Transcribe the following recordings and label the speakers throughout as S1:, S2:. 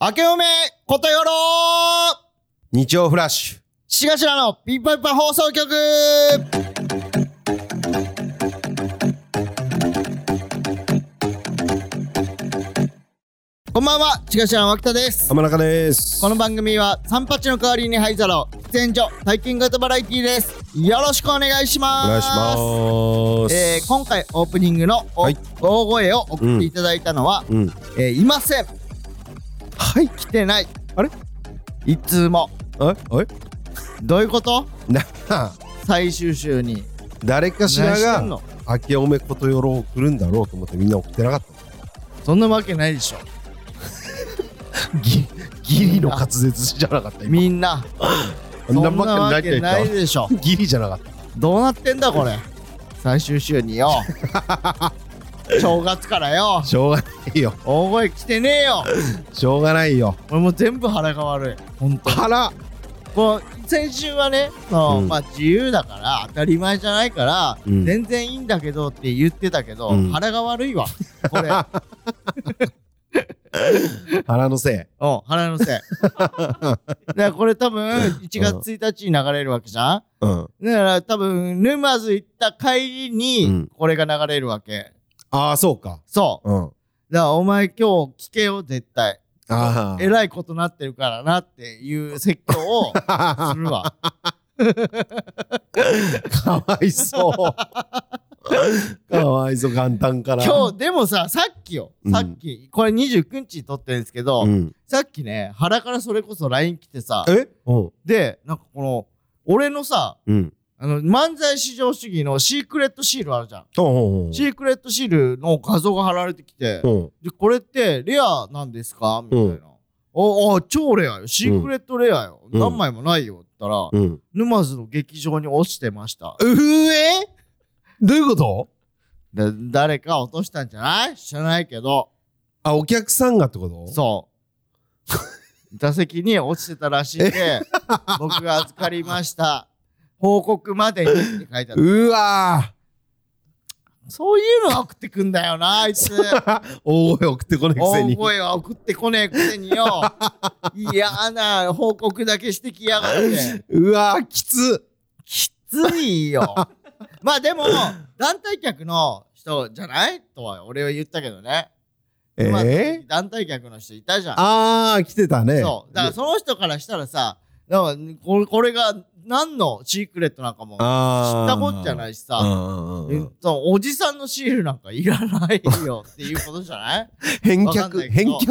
S1: 明けおめことよろ
S2: 日曜フラッシュ
S1: しがしらのピッパイパ放送局。こんばんは、しがしらの脇田です。
S2: 浜中です。
S1: この番組は三八の代わりに灰皿を喫煙所体験型バラエティーです。よろしくお願いします。
S2: お願いします。
S1: 今回オープニングの、
S2: はい、
S1: 大声を送っていただいたのは、いません。
S2: はい、
S1: 来てない。
S2: あれ
S1: いつもどういうこと
S2: な
S1: 最終週に
S2: 誰かしらが明けおめことよろを送るんだろうと思ってみんな送ってなかった。
S1: そんなわけないでしょ。
S2: ギリの滑舌じゃなかった
S1: みんな
S2: そんなわ
S1: けないでしょ。
S2: ギリじゃなかった。
S1: どうなってんだこれ最終週によ正月からよ
S2: しょうがないよ。
S1: 大声来てねえよ。
S2: しょうがないよ。
S1: 俺もう全部腹が悪い。ほんと
S2: 腹
S1: こう先週はね、まあ自由だから当たり前じゃないから、全然いいんだけどって言ってたけど、腹が悪いわこれ
S2: 腹のせい。
S1: 腹のせいだからこれ多分1月1日に流れるわけじゃん、だから多分沼津行った帰りにこれが流れるわけ、
S2: ああそうか。
S1: そう、だからお前今日聞けよ絶対。えらいことなってるからなっていう説教をするわ
S2: かわいそうかわいそう。元旦から
S1: 今日でもさ、さっきこれ29日に撮ってるんですけど、さっきね原からそれこそ LINE 来てさ、でなんかこの俺のさ、漫才至上主義のシークレットシールあるじゃん。シークレットシールの画像が貼られてきて、でこれってレアなんですかみたいな。超レアよ。シークレットレアよ。何枚もないよって言ったら、沼津の劇場に落ちてました。
S2: どういうこと？
S1: 誰か落としたんじゃない？知らないけど。
S2: あ、お客さんがってこと？
S1: そう座席に落ちてたらしいんで僕が預かりました報告までにって書いてあった。
S2: うわー、
S1: そういうの送ってくんだよなあいつ
S2: 大声送ってこねえくせに。
S1: 大声は送ってこねえくせによ嫌な報告だけしてきやがって
S2: うわー、きつ
S1: いよまあでも団体客の人じゃないとは俺は言ったけどね。団体客の人いたじゃん。
S2: あー、来てたね。
S1: そうだからその人からしたらさ、だからこれが何のシークレットなんかも知ったこっちゃないしさ、おじさんのシールなんかいらないよっていうことじゃない
S2: 返却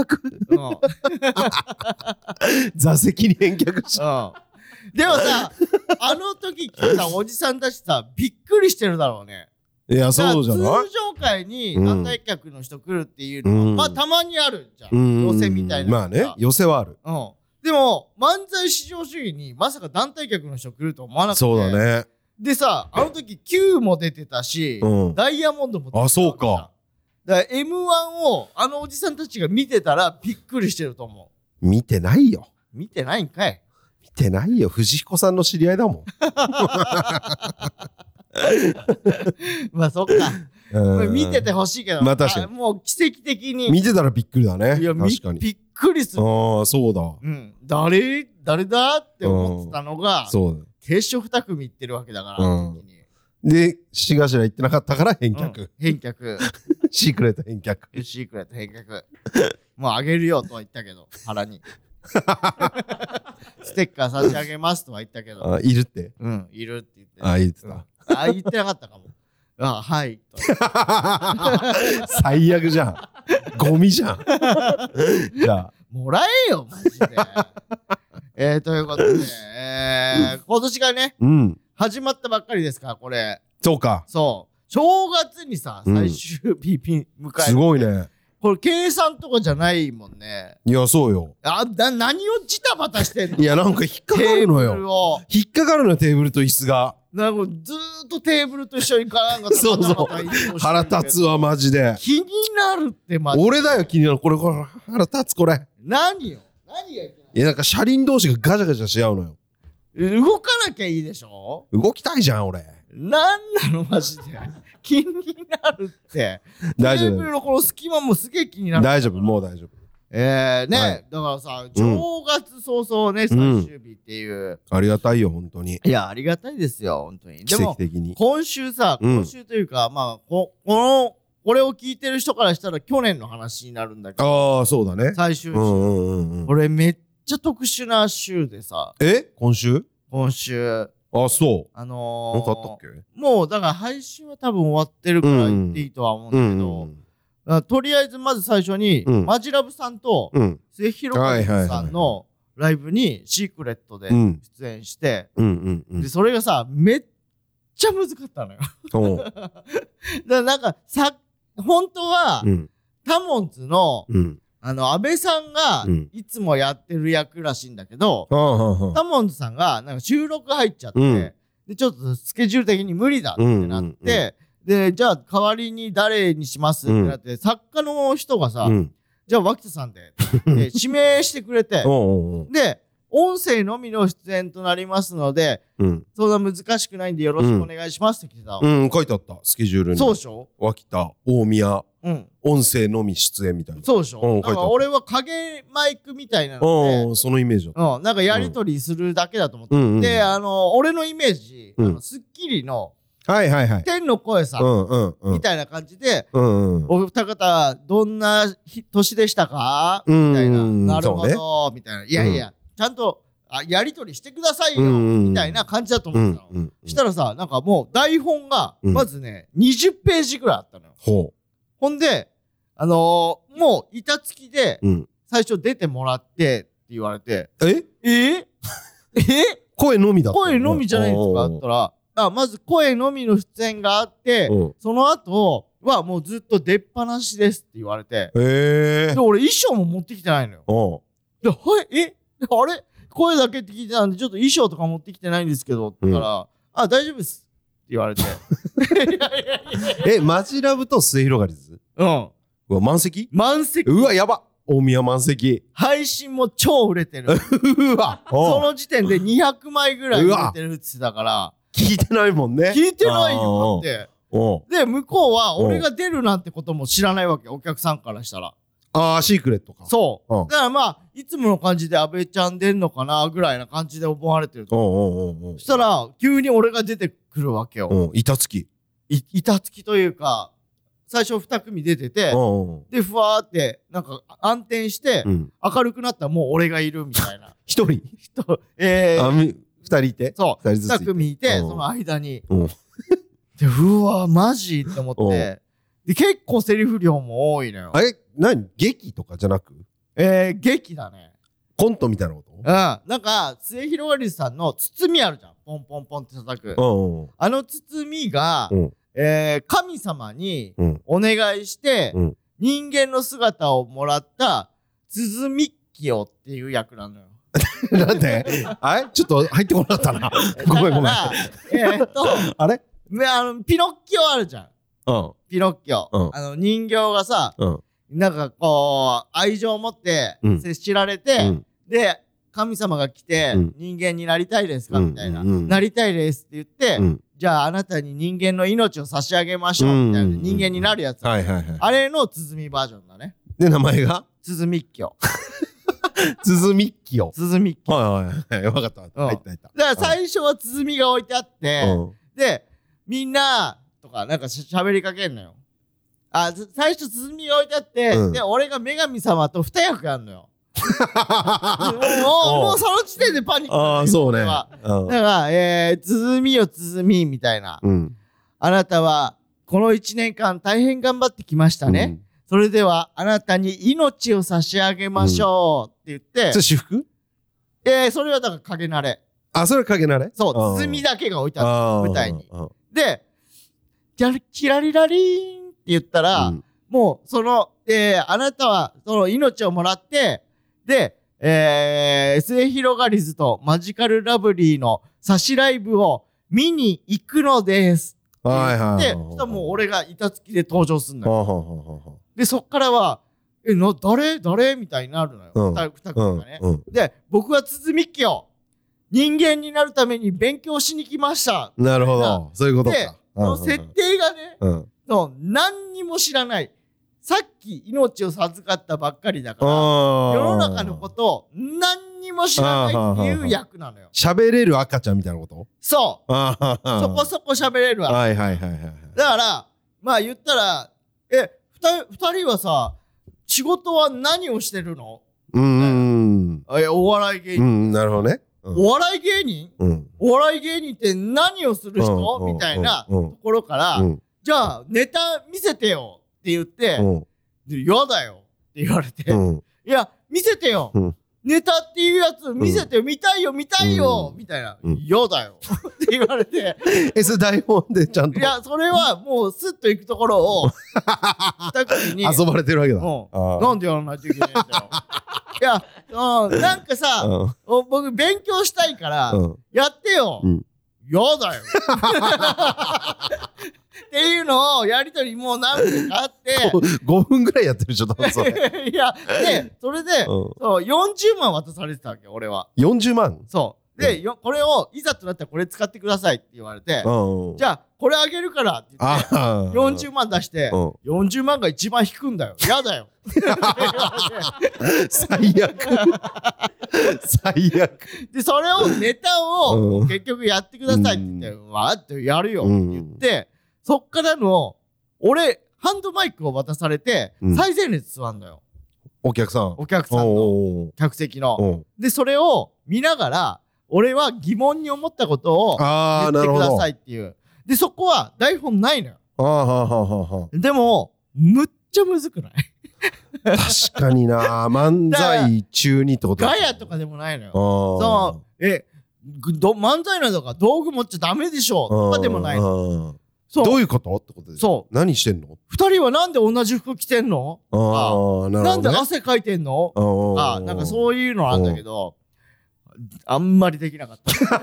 S2: 座席に返却し
S1: でもさあの時来たおじさんたちさびっくりしてるだろうね。
S2: いやそうじゃない。
S1: 通常会に団体客の人来るっていうのは、まあたまにあるじゃん、寄せみたいな。
S2: まあね、寄せはある。
S1: でも漫才至上主義にまさか団体客の人来ると思わなくて。
S2: そうだね。
S1: でさ、あの時 Q も出てたし、ダイヤモンドも出てた。
S2: あ、そうか。
S1: だから M1 をあのおじさんたちが見てたらびっくりしてると思
S2: う。見てないよ。
S1: 見てないんかい。
S2: 見てないよ。藤彦さんの知り合いだもん
S1: まあそっか。見ててほしいけど、
S2: まあ確かに
S1: もう奇跡的に
S2: 見てたらびっくりだね。いや確かに
S1: びっくりする。
S2: ああそうだ。
S1: 誰だって思ってたのが、
S2: そう
S1: 決勝2組行ってるわけだから。
S2: でしがしら行ってなかったから返却。シークレット返却。
S1: もうあげるよとは言ったけど腹にステッカー差し上げますとは言ったけど。
S2: いるって。
S1: いるって言って。
S2: 言ってた。
S1: 言ってなかったかも。はい
S2: 最悪じゃん。ゴミじゃんじゃあ
S1: もらえよマジでということで、今年がね、始まったばっかりですからこれ。
S2: そうか。
S1: そう正月にさ最終日迎える。
S2: すごいね。
S1: これ計算とかじゃないもんね。
S2: いやそうよ。
S1: 何をジタバタしてんの。
S2: いやなんか引っかかるのよ。引っかかるのよテーブルと椅子が。
S1: なんかずーっとテーブルと一緒になんか
S2: そう腹立つわマジで。
S1: 気になるってマジで。
S2: 俺だよ気になる。これ腹立つこれ。
S1: 何が
S2: いやなんか車輪同士がガチャガチャし合うのよ。
S1: 動かなきゃいいでしょ。
S2: 動きたいじゃん俺。
S1: なんなのマジで気になるって。
S2: 大丈夫。
S1: テーブルのこの隙間もすげえ気になる。
S2: 大丈夫もう大丈夫。
S1: だからさ、正月早々ね、最終日っていう。
S2: ありがたいよ、本当に。
S1: いや、ありがたいですよ、本当に。
S2: 奇跡的に。
S1: 今週というか、まあ、これを聞いてる人からしたら去年の話になるんだけど。
S2: ああ、そうだね。
S1: 最終週。これめっちゃ特殊な週でさ。
S2: 今週。
S1: あ、
S2: そう。
S1: なんか
S2: あったっけ？
S1: もう、だから配信は多分終わってるから言っていいとは思うんだけど、とりあえずまず最初に、マジラブさんと、末広がりずさんのライブにシークレットで出演して、で、それがさ、めっちゃ難かったのよ。だからなんか、本当は、タモンズの、安倍さんがいつもやってる役らしいんだけど、タモンズさんがなんか収録入っちゃって、で、ちょっとスケジュール的に無理だってなって、で、じゃあ代わりに誰にしますってなって、作家の人がさ、じゃあ脇田さんで、指名してくれて、で、音声のみの出演となりますので、そんな難しくないんでよろしくお願いしますって来てた。
S2: 書いてあった、スケジュールに。
S1: そうでしょ？
S2: 脇田、大宮、音声のみ出演みたいな。
S1: そうでしょ？なんか俺は影マイクみたいなので、
S2: そのイメージだった。
S1: なんかやりとりするだけだと思って。で、俺のイメージ、スッキリの、天の声さんみたいな感じで、お二方どんな年でしたかみたいな。なるほど、みたいな。いやいや、ちゃんとやりとりしてくださいよ、みたいな感じだと思ってたの。したらさ、なんかもう台本が、まずね、20ページぐらいあったのよ。ほんで、もう板付きで、最初出てもらってって言われて、
S2: 声のみだった。
S1: 声のみじゃないんですかあったら、まず声のみの出演があって、その後はもうずっと出っ放しですって言われて、で、俺衣装も持ってきてないのよ。で、あれ声だけって聞いてたんで、ちょっと衣装とか持ってきてないんですけどって言ったら、大丈夫ですって言われて。
S2: マジラブと末広がりず？うわ、満席？
S1: 満席。
S2: うわ、やば。大宮満席。
S1: 配信も超売れてる。うわ。その時点で200枚ぐらい売れてるって言ってたから。
S2: 聞いてないもんね。
S1: 聞いてないよって。で、向こうは俺が出るなんてことも知らないわけ。お客さんからしたら。
S2: シークレットか。
S1: そう。だからまあ、いつもの感じで安倍ちゃん出んのかなぐらいな感じで思われてると。そしたら、急に俺が出てくるわけよ。
S2: 板付き。
S1: 板付きというか、最初2組出てて、で、ふわーって、なんか暗転して、明るくなったらもう俺がいるみたいな。
S2: 一人二人いて？
S1: そう。2組いて、その間に。で、うわ、マジって思って。で、結構セリフ量も多いのよ。
S2: 劇とかじゃなく？
S1: 劇だね。
S2: コントみたいなこと？
S1: なんか、末広がりさんの包みあるじゃん。ポンポンポンって叩く。あの包みが、神様にお願いして、人間の姿をもらった鼓みっきよっていう役なのよ。
S2: なんで？ちょっと入ってこなかったな。ごめん。あれ？
S1: ピノッキオあるじゃん。ピノッキオ。人形がさ、なんかこう、愛情を持って接しられて、で、神様が来て、人間になりたいですかみたいな。なりたいですって言って、じゃああなたに人間の命を差し上げましょうみたいな。人間になるやつ。あれの鼓みバージョンだね。
S2: で、名前が？
S1: 鼓みっきょ。
S2: 鼓みっきよ。
S1: 鼓みっきよ。
S2: わかった。入った。
S1: だから最初は鼓が置いてあって、で、みんな、とか、なんか喋りかけんのよ。最初鼓が置いてあって、で、俺が女神様と二役やんのよ。もうその時点でパニック。
S2: そうね。
S1: だから、鼓よ鼓みたいな。あなたは、この1年間大変頑張ってきましたね。それでは、あなたに命を差し上げましょうって言って。
S2: それ私服？
S1: それはだから影慣れ。
S2: それ影慣れ？
S1: そう、鼓だけが置いてある舞台に。で、キラリラリーンって言ったら、もう、あなたは、その命をもらって、で、末広がりずとマジカルラブリーの差しライブを見に行くのです。で、そしたらもう俺が板付きで登場すんのよ。で、そっからは、誰みたいになるのよ。二組がね。で、僕は鼓みっきよ。人間になるために勉強しに来ました。
S2: なるほど。そういうことか。
S1: で、その設定がね、何にも知らない。 さっき命を授かったばっかりだから世の中のことを何にも知らないっていう役なのよ。
S2: 喋れる赤ちゃんみたいなこと？
S1: そうそこそこ喋れるわ。
S2: はいはいはいはい。
S1: だからまあ言ったら二人はさ仕事は何をしてるの？お笑い芸人。
S2: なるほどね。
S1: お笑い芸人？お笑い芸人って何をする人？みたいなところからじゃあネタ見せてよって言って嫌だよって言われていや見せてよネタっていうやつ見せてよ見たいよみたいな嫌だよって言われて
S2: それ台本でちゃんと
S1: いやそれはもうスッと行くところを二組に
S2: 遊ばれてるわけだ。
S1: なんでやらないといけないんだよ。いやなんかさ僕勉強したいからやってよ嫌だよっていうのをやりとりもう何分かあって
S2: 5分ぐらいやってるでしょ多分それ。
S1: いやでそれで40万渡されてたわけ俺は。
S2: 40万？
S1: そうでこれをいざとなったらこれ使ってくださいって言われてじゃあこれあげるからって言って40万出して40万が一番引くんだよ嫌だよ
S2: 最悪最悪
S1: でそれをネタを結局やってくださいって言ってわーってやるよって言ってそっからの俺ハンドマイクを渡されて最前列座んのよ。
S2: お客さん
S1: の客席のでそれを見ながら俺は疑問に思ったことを言ってくださいっていうでそこは台本ないのよ。でもむっちゃむずくない？
S2: 確かにな漫才中にってこと
S1: ガヤとかでもないのよ。漫才なんだから道具持っちゃダメでしょとかでもないの。
S2: どういうことってことで
S1: そう
S2: 何してんの？
S1: 二人はなんで同じ服着てんの？なんで汗かいてんの？なんかそういうのなんだけどあんまりできなかった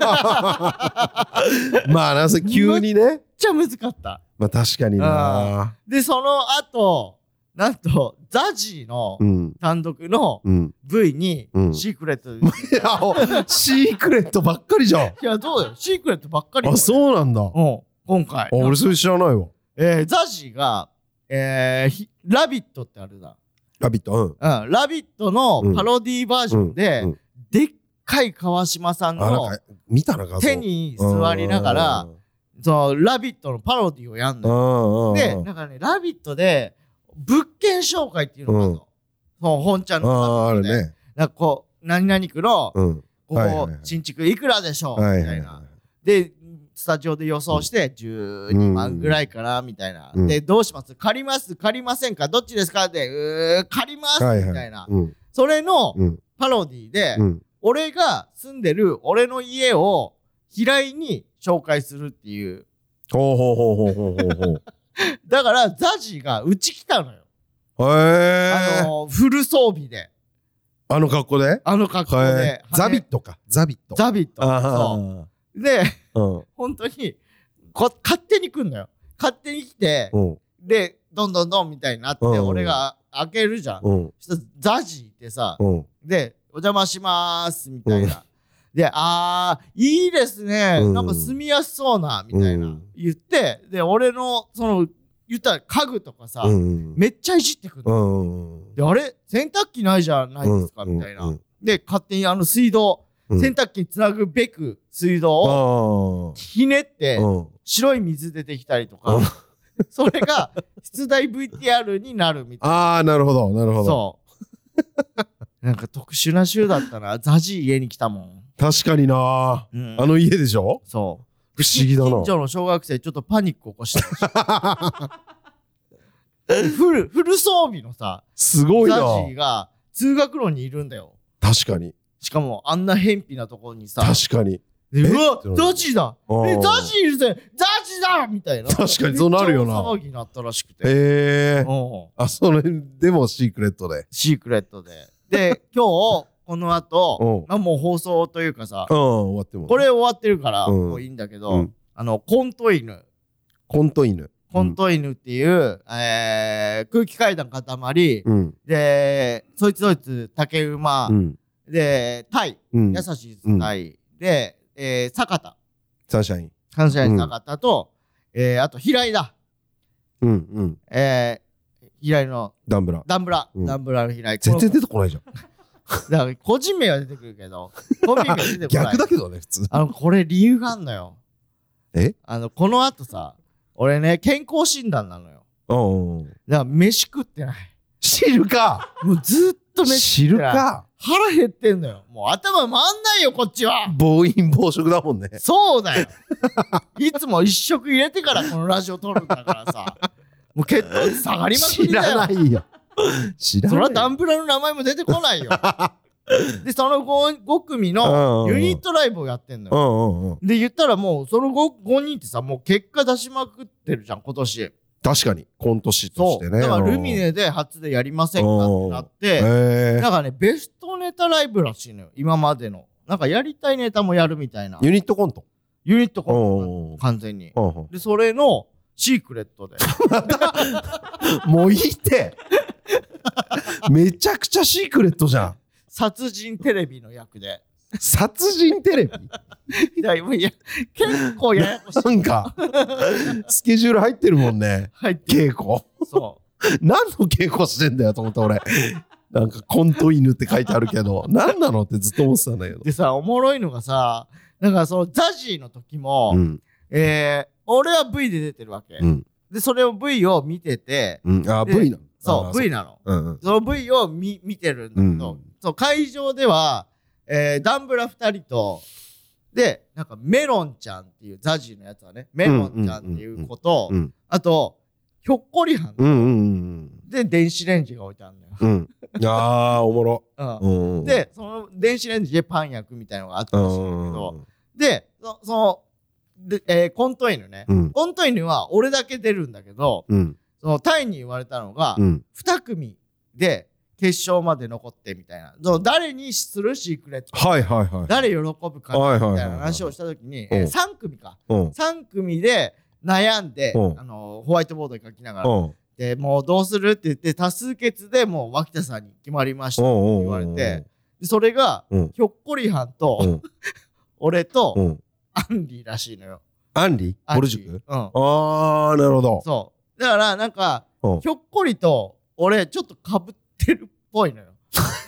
S2: まあなそれ急にね
S1: めっちゃ難かった。
S2: まあ確かにな
S1: でその後なんとザジーの単独の V にシークレット
S2: シークレットばっかりじゃん。い
S1: やどうよシークレットばっかり。
S2: あそうなんだ。
S1: 今回
S2: 俺それ知らないわ。
S1: ザジーがラビットってあるな。
S2: ラビット
S1: ラビットのパロディバージョンででっかい川島さんの手に座りながらそのラビットのパロディをやんのよ。でなんかねラビットで物件紹介っていうのがあるの。本ちゃんの
S2: あるね。
S1: なんかこう何々区のここ新築いくらでしょうみたいな。でスタジオで予想して12万ぐらいかなみたいな。でどうします？借ります借りませんかどっちですかって借りますみたいな。それのパロディで俺が住んでる俺の家を平井に紹介するっていう。だからザジーがうち来たのよ。フル装備で。
S2: あの格好で？
S1: あの格好で。
S2: ザビットか。ザビット。
S1: ザビット。そう。で、本当に勝手に来んのよ。勝手に来て、で、どんどんどんみたいになって、俺が開けるじゃん。そしたらザジーってさ、で、お邪魔しまーすみたいな。で、いいですね。なんか住みやすそうな、みたいな。言って、で、俺の、言ったら家具とかさ、めっちゃいじってくるの。で、あれ洗濯機ないじゃないですかみたいな。で、勝手に水道、洗濯機につなぐべく水道をひねって、白い水出てきたりとか、それが出題 VTR になるみたいな。
S2: なるほど、なるほど。
S1: そう。なんか特殊な週だったな。ザジー家に来たもん。
S2: 確かにな、あの家でしょ？
S1: そう。
S2: 不思議だな。
S1: 近所の小学生ちょっとパニック起こしてフル装備のさ、
S2: すごいな。
S1: ザジーが通学路にいるんだよ。
S2: 確かに。
S1: しかもあんな偏僻なところにさ。
S2: 確かに。
S1: うわザジーだザジーいるぜザジーだみたいな。
S2: 確かにそうなるよな。
S1: 騒ぎになったらしくて。
S2: へー。それでもシークレットで。
S1: シークレットで。で、今日、この後、もう放送というかさ、
S2: 終わっても。
S1: これ終わってるから、もういいんだけど、コント犬。
S2: コント犬。
S1: コント犬っていう、空気階段塊、で、そいつ竹馬、で、タイ、優しいタイ、で、坂田。
S2: サンシャイン。
S1: サンシャイン坂田と、あと平井だ。 平井の
S2: ダンブラ
S1: の平井。
S2: 全然出てこないじゃん。
S1: だから個人名は出てくるけど、コンビ名は出てこない。
S2: 逆だけどね、普通。
S1: これ理由があんのよ。この後さ、俺ね、健康診断なのよ。だから飯食ってない。
S2: 知るか。
S1: もうずっと飯
S2: 知るか。
S1: 腹減ってんのよ。もう頭回んないよ、こっちは。
S2: 暴飲暴食だもんね。
S1: そうだよ。いつも一食入れてからこのラジオ撮るんだからさ。もう血糖値下がりまくりだよ。
S2: 知らないよ。知らない。
S1: それはダンブラの名前も出てこないよ。で、その 5組のユニットライブをやってんのよ。で、言ったらもう、その 5人ってさ、もう結果出しまくってるじゃん、今年。
S2: 確かに、コント師としてね。
S1: だからルミネで初でやりませんかってなって、なんかね、ベストネタライブらしいのよ、今までの。なんかやりたいネタもやるみたいな。
S2: ユニットコント
S1: 完全に。で、それのシークレットで。
S2: もういいって。めちゃくちゃシークレットじゃん。
S1: 殺人テレビの役で。
S2: 殺人テレビ
S1: いや結構ややこしい。
S2: なんかスケジュール入ってるもんね。
S1: 入ってる。
S2: 稽古。
S1: そう。
S2: 何の稽古してんだよと思った俺。なんかコント犬って書いてあるけど、何なのってずっと思ってたんだけど。
S1: でさ、おもろいのがさ、なんかそのザジーの時も、俺は V で出てるわけ。で、それを V を見てて、
S2: V なの？
S1: そう、V なの。その V を見てるんだけど、そう、会場では、ダンブラ2人と、で、なんかメロンちゃんっていうザジーのやつはね、メロンちゃんっていう子と、あと、ひょっこりはん。で、電子レンジが置いてあるのよ。
S2: あー、おもろ。
S1: で、その電子レンジでパン焼くみたいなのがあったらしいんだけど、で、コント犬ね。コント犬は俺だけ出るんだけど、そのタイに言われたのが、2組で決勝まで残ってみたいな。誰にするシークレット。誰喜ぶかなみたいな話をしたときに、3組か。3組で悩んで、ホワイトボードに書きながら、で、もうどうするって言って、多数決でもう脇田さんに決まりましたって言われて、でそれが、ひょっこりはんと、俺と、アンリらしいのよ。
S2: アンリぼる塾？あー、なるほど。
S1: そう。だから、なんか、ひょっこりと、俺、ちょっと被ってるっぽいのよ。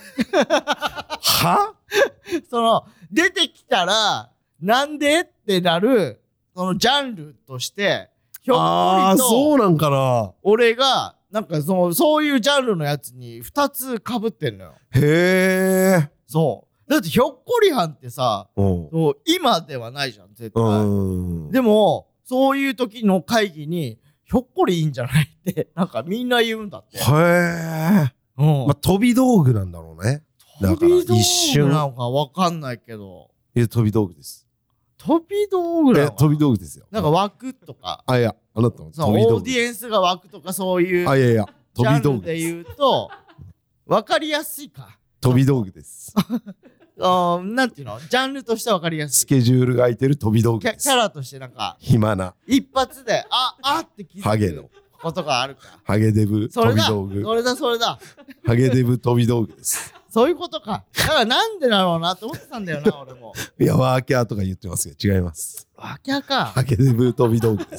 S2: は？
S1: 出てきたら、なんでってなる、そのジャンルとして、ひょっこりと、
S2: そうなんかな。
S1: 俺が、なんかそういうジャンルのやつに2つ被ってんのよ。
S2: へー。
S1: そう。だってひょっこりはんってさ、今ではないじゃん、絶対。でも、そういう時の会議に、ひょっこりいいんじゃないって、なんかみんな言うんだって。
S2: へー。まあ、飛び道具なんだろうね。
S1: 飛び道具なのかわかんないけど。
S2: いや、飛び道具です。
S1: 飛び道具なのかな？
S2: 飛び道具ですよ。
S1: なんか枠とか。
S2: いや、あなたの
S1: 飛び道具。オーディエンスが枠とかそういう。
S2: いや、飛び道具
S1: で言うと、わかりやすいか。
S2: 飛び道具です。
S1: なんていうの？ジャンルとしてわかりやすい。
S2: スケジュールが空いてる飛び道具です。
S1: キャラとしてなんか、
S2: 暇な。
S1: 一発で、って気づくことがあるか。
S2: ハゲデブ飛び道具。
S1: それだ。
S2: ハゲデブ飛び道具です。
S1: そういうことか。だからなんでだろうなって思ってたんだよな、俺も。
S2: いや、ワーキャーとか言ってますけど、違います。
S1: ワーキャーか。
S2: ハゲデブ飛び道具です。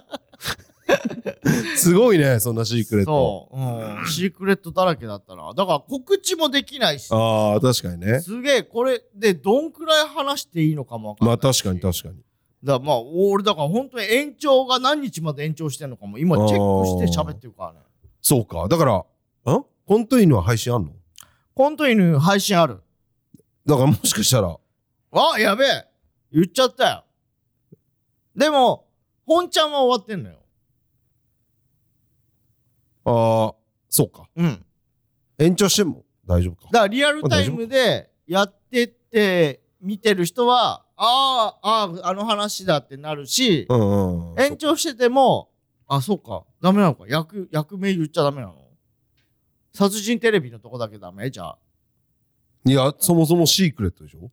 S2: すごいね、そんなシークレット。
S1: そう。シークレットだらけだったな。だから告知もできないし。
S2: ああ、確かにね。
S1: すげえ、これでどんくらい話していいのかもわかんない。
S2: まあ確かに。だ
S1: からまあ、俺だから本当に延長が何日まで延長してんのかも今チェックして喋ってるからね。
S2: そうか。だから、コント犬は配信あんの？
S1: コント犬配信ある。
S2: だからもしかしたら。
S1: やべえ。言っちゃったよ。でも、本ちゃんは終わってんのよ。
S2: そうか。延長しても大丈夫か。
S1: だからリアルタイムでやってって見てる人は、あの話だってなるし、延長してても、そうか。ダメなのか。役名言っちゃダメなの？殺人テレビのとこだけダメ？じゃあ。
S2: いや、そもそもシークレットでしょ？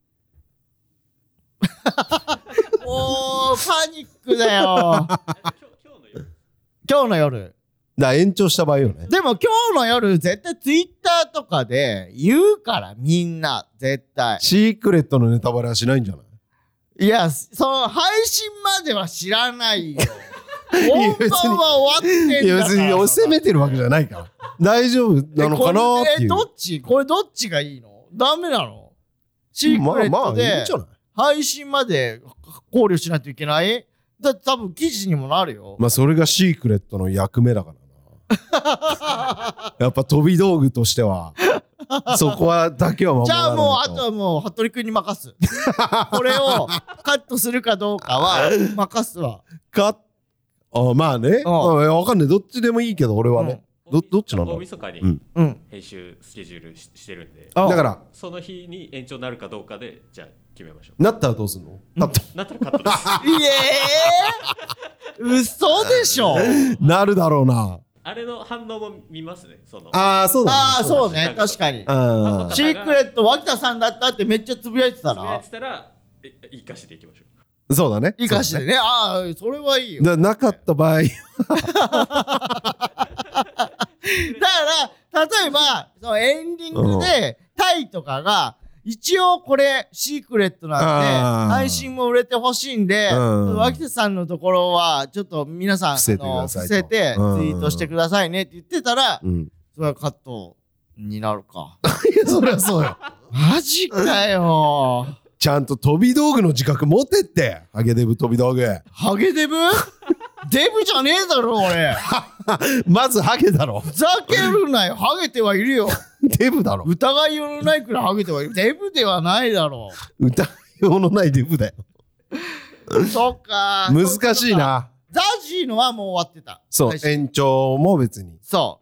S1: もう、パニックだよ。今日の夜。
S2: 延長した場合よね。
S1: でも今日の夜、絶対ツイッターとかで言うから、みんな。絶対。
S2: シークレットのネタバレはしないんじゃない？
S1: いや、その配信までは知らないよ。 本番は終わってんだから。
S2: いや別に俺責めてるわけじゃないから。大丈夫なのかなーっていう。
S1: これどっちがいいの？ダメなの？シークレットで配信まで考慮しないといけない？だって多分記事にもなるよ。
S2: まあそれがシークレットの役目だからな。やっぱ飛び道具としてはそこはだけは守らないと。
S1: じゃあもうあとはもう服部君に任す。これをカットするかどうかは任すわ。
S2: まあね。わかんない。どっちでもいいけど俺はね。どっちなの？
S3: 大晦日に編集スケジュールしてるんで、
S2: だから
S3: その日に延長になるかどうかでじゃあ決めましょう。
S2: なったらどうすんの？
S3: なったらカットです。
S1: 嘘でしょ。
S2: なるだろうな。
S3: あれの反応も見ますね。
S2: そうだね。
S1: そうね、確かに。シークレット脇田さんだったってめっちゃつぶやいてたら
S3: 生かしていきましょ
S2: う。そうだね。
S1: 生かしてね。それはいいよ。
S2: なかった場合
S1: だから例えばそのエンディングでタイとかが一応これシークレットなんで配信も売れてほしいんで、脇田さんのところはちょっと皆さん伏せてツイートしてくださいねって言ってたら、それはカットになるか。
S2: いやそりゃそうよ。
S1: マジかよ。
S2: ちゃんと飛び道具の自覚持ってって。ハゲデブ飛び道具。
S1: ハゲデブ？デブじゃねえだろ俺。
S2: まずハゲだろ。
S1: ふざけるなよ。ハゲてはいるよ。
S2: デブだろ。
S1: 疑いようのないくらいハゲてはいる。デブではないだろ
S2: う。疑いようのないデブだよ。
S1: そっか。
S2: 難しいな。
S1: ザジーのはもう終わってた。
S2: そう。延長も別に。
S1: そう。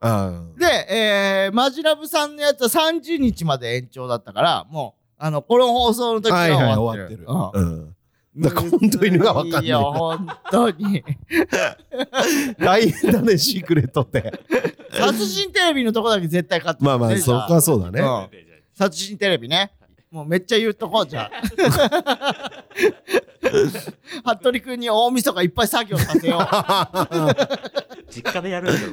S1: で、マジラブさんのやつは30日まで延長だったから、もうこの放送の時は終わってる。
S2: だから本当にが分かんない。いや
S1: 本当に
S2: 大変だねシークレットって。
S1: 殺人テレビのとこだけ絶対買って。
S2: まあまあそこはそうだね。
S1: 殺人テレビね。もうめっちゃ言うとこうじゃん。服部君に大晦日いっぱい作業させよう。
S3: 実家でやるんだよ。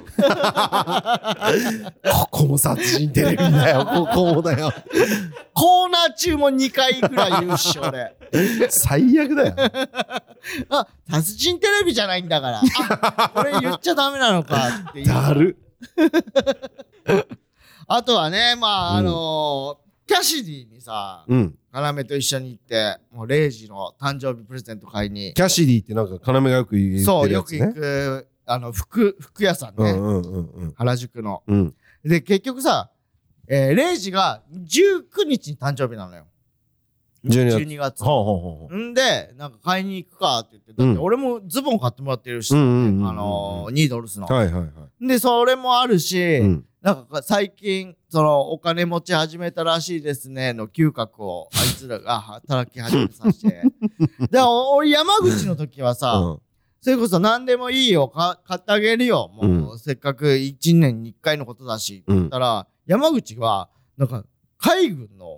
S2: ここも殺人テレビだよ。ここもだよ。
S1: コーナー中も2回ぐらい言うし俺。
S2: 最悪だよ。
S1: 殺人テレビじゃないんだから。これ言っちゃダメなのかっていう。
S2: だる。
S1: あとはねキャシディにさ、要と一緒に行ってもう0時の誕生日プレゼント買いに。
S2: キャシディってなんか要がよく言ってるやつね。
S1: そうよく行く服屋さんね、原宿の。で結局さ、0時が19日に誕生日なのよ。12月。んでなんか買いに行くかって言って、だって俺もズボン買ってもらってるし、ニードルスの。でそれもあるし、なんか最近そのお金持ち始めたらしいですねの嗅覚をあいつらが働き始めさせて。で俺山口の時はさ、それこそ何でもいいよ買ってあげるよもう、せっかく1年に1回のことだしって言ったら、山口はなんか海軍の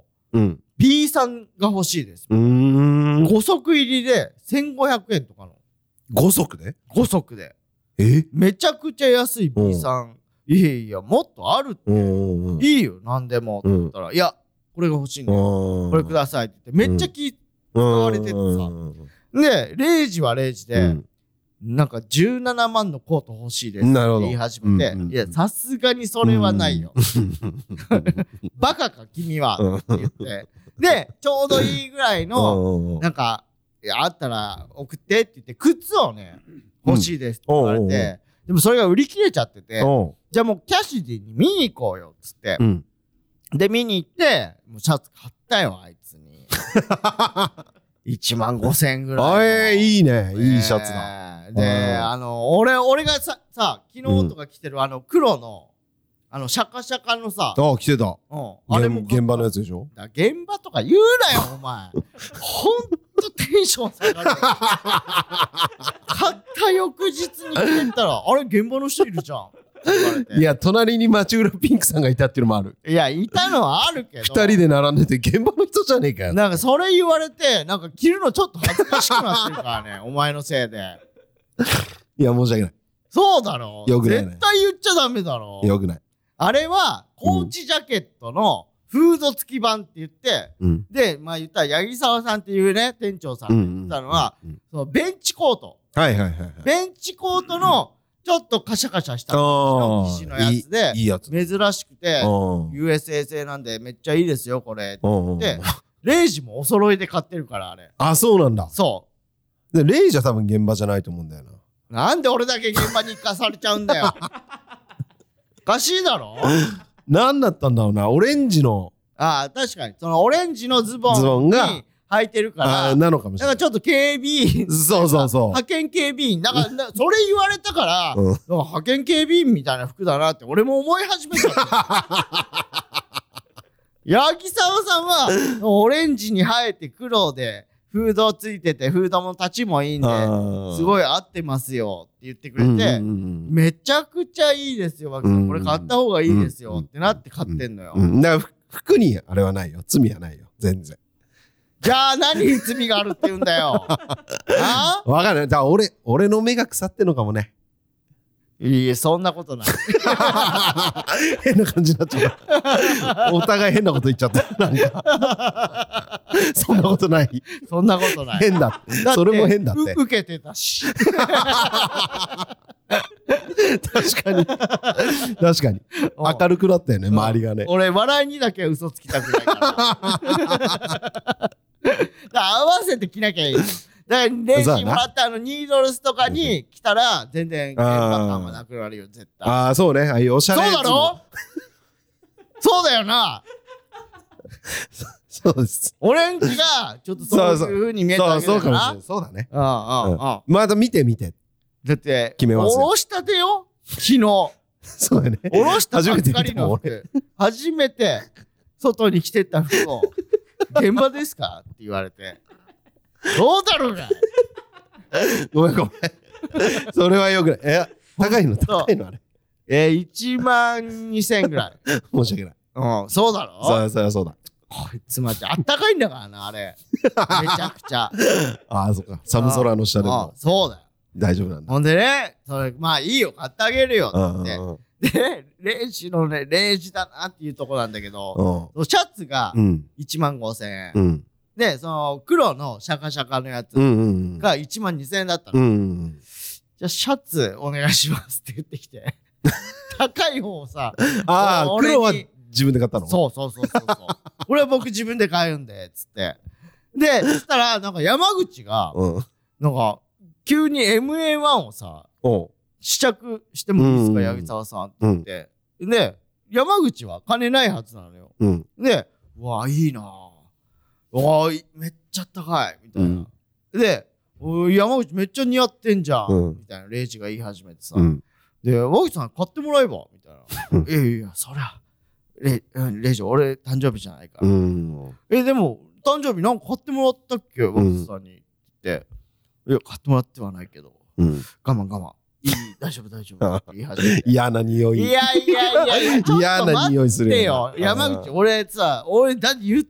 S1: B さんが欲しいです。5足入りで1500円とかの。
S2: 5足で
S1: ?5 足で。めちゃくちゃ安い B さん。いやもっとあるって。いいよ何でもって言ったら、いやこれが欲しいんだよ。これくださいって言ってめっちゃ使われててさ。で0時は0時で、なんか17万のコート欲しいですって言い始めて、いやさすがにそれはないよ。バカか君はって言って。でちょうどいいぐらいのなんかあったら送ってって言って靴をね欲しいですって言われて、でもそれが売り切れちゃってて、じゃあもうキャシディに見に行こうよっつって、で見に行ってもうシャツ買ったよあいつに。1万5,000円ぐらい。
S2: いいね、いいシャツだ。
S1: で俺がさ昨日とか着てる黒のシャカシャカのさ。
S2: 着てた。あれも現場のやつでしょ。
S1: 現場とか言うなよお前。ほんとテンション下がる。買った翌日に着てたらあれ現場の人いるじゃん。
S2: いや隣に町浦ピンクさんがいたっていうのもある。
S1: いやいたのはあるけど。
S2: 2人で並んでて現場の人じゃねえかよ。
S1: なんかそれ言われてなんか着るのちょっと恥ずかしくなってるからね。お前のせいで。
S2: いや申し訳ない。
S1: そうだろ。
S2: よくないね。
S1: 絶対言っちゃダメだろ。
S2: よくない。あ
S1: れはコーチジャケットのフード付き版って言って、でまあ言ったら八木沢さんっていうね店長さんが言ったのは、そのベンチコート
S2: はいはいはいはい。
S1: ベンチコートのちょっとカシャカシャした生地のやつで、
S2: いいやつ。
S1: 珍しくて、USA 製なんでめっちゃいいですよ、これ。で、レイジもお揃いで買ってるから、あれ。
S2: あ、そうなんだ。
S1: そう。
S2: で、レイジは多分現場じゃないと思うんだよな。
S1: なんで俺だけ現場に行かされちゃうんだよ。おかしいだろ。
S2: 何だったんだろうな、オレンジの。
S1: ああ、確かに。そのオレンジのズボンに履いてるから。
S2: なのかもしれない。
S1: だからちょっと警備員。
S2: そうそうそう。
S1: 派遣警備員。だから、それ言われたから、派遣警備員みたいな服だなって俺も思い始めた。八木沢さんは、オレンジに生えて黒で、フードついてて、フードも立ちもいいんで、すごい合ってますよって言ってくれて、めちゃくちゃいいですよ、脇さん。これ買った方がいいですよってなって買ってんのよ。
S2: だから服にあれはないよ。罪はないよ。全然。
S1: じゃあ何に罪があるって言うんだよ。
S2: わかんない。だから俺の目が腐ってんのかもね。
S1: いい、そんなことない。
S2: 変な感じになっちゃった。お互い変なこと言っちゃった。なんかそんなことない。
S1: そんなことない。
S2: 変だ。それも変だって。
S1: 受けてたし。
S2: 確かに。確かに。明るくなったよね、周りがね。
S1: 俺、笑いにだけは嘘つきたくないから。合わせて着なきゃいい。だからレジもらったニードルスとかに来たら全然現場感はなくなるよ、絶対。
S2: ああ、そうね。ああいうおしゃれ。
S1: そうだろ。そうだよな。
S2: そうです。
S1: オレンジがちょっとそういう風に見えたわけだから。
S2: そうだね。
S1: ま
S2: た見て。
S1: だって
S2: 決めます。
S1: おろしたてよ。昨日。
S2: そうだね。
S1: おろしたばっかりの服。初めて外に着てった服を現場ですかって言われて。どうだろうが。
S2: ごめん。それはよくない。高いのあれ。
S1: 1万2000円ぐらい。
S2: 申し訳ない。
S1: そうだろ。
S2: そうだ。
S1: こいつまであったかいんだからな、あれ。めちゃくちゃ。
S2: ああ、そっか。寒空の下でも。
S1: そうだよ。
S2: 大丈夫なんだ。
S1: ほんでね、それ、まあいいよ、買ってあげるよって言って。で、レイジのね、レイジだなっていうとこなんだけど、シャツが1万5000円。で、その黒のシャカシャカのやつが1万2000円だったの。じゃあシャツお願いしますって言ってきて。高い方をさ、
S2: 黒は自分で買ったの？
S1: そう。これは僕自分で買うんで、つって。で、そしたら、なんか山口が、なんか、急に MA1 をさ、試着してもいいですか、八木沢さんって言って。で、山口は金ないはずなのよ。で、うわ、いいなぁ。うわ、めっちゃ高い。みたいな。で、山口めっちゃ似合ってんじゃん。みたいな、レイジが言い始めてさ。で、山口さん買ってもらえばみたいな。いや、そりゃ、レイジ、俺誕生日じゃないから。でも、誕生日なんか買ってもらったっけ山口さんに。って。いや、買ってもらってはないけど。我慢。いい、大丈夫。言い始めて。
S2: 嫌な匂い。
S1: いや。
S2: 嫌な匂いする
S1: よ。山口、俺だって言って、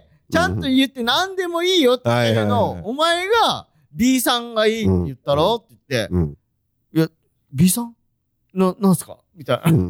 S1: ちゃんと言って何でもいいよって言ったけど、お前が B さんがいいって言ったろって言って、いや、B さんなんすかみたいな。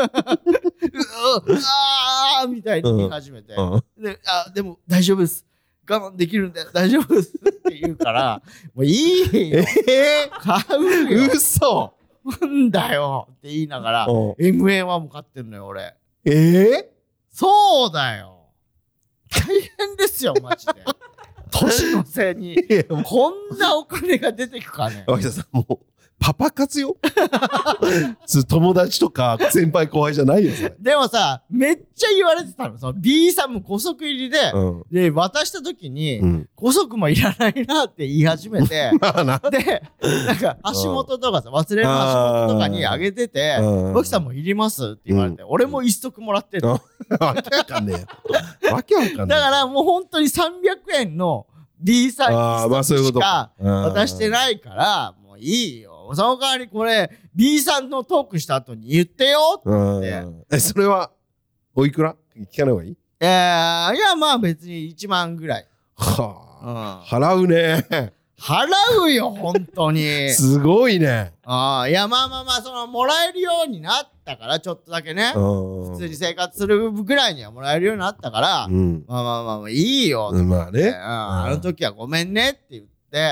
S1: みたいに言い始めて。で、でも大丈夫です。我慢できるんで大丈夫ですって言うから、もういいよ。買うよ。
S2: 嘘
S1: なんだよって言いながら、MA1 も買ってんのよ、俺。そうだよ。大変ですよ、マジで。年のせいに。こんなお金が出てくかね。
S2: 脇田さん、もう、パパ活よ。友達とか先輩後輩じゃないよ、それ。
S1: でもさ、めっちゃ言われてたの。その B さんも古足入りで、で、渡した時に、古足もいらないなって言い始めて、で、なんか足元とかさ、忘れる足元とかにあげてて、脇さんもいりますって言われて、俺も一足もらってる。
S2: わけわかんねえよ。わけわかんねえ。
S1: だからもう本当に300円の B さんにしか渡してないから、もういいよ。その代わりこれ B さんのトークした後に言ってよって
S2: それはおいくら聞かない方がいい？い
S1: やまあ別に1万ぐらい。
S2: 払うね。
S1: 払うよ本当に。
S2: すごいね。
S1: いやまあそのもらえるようになったからちょっとだけね、普通に生活するぐらいにはもらえるようになったから、まあいいよ。
S2: まあね。
S1: あの時はごめんねって言って。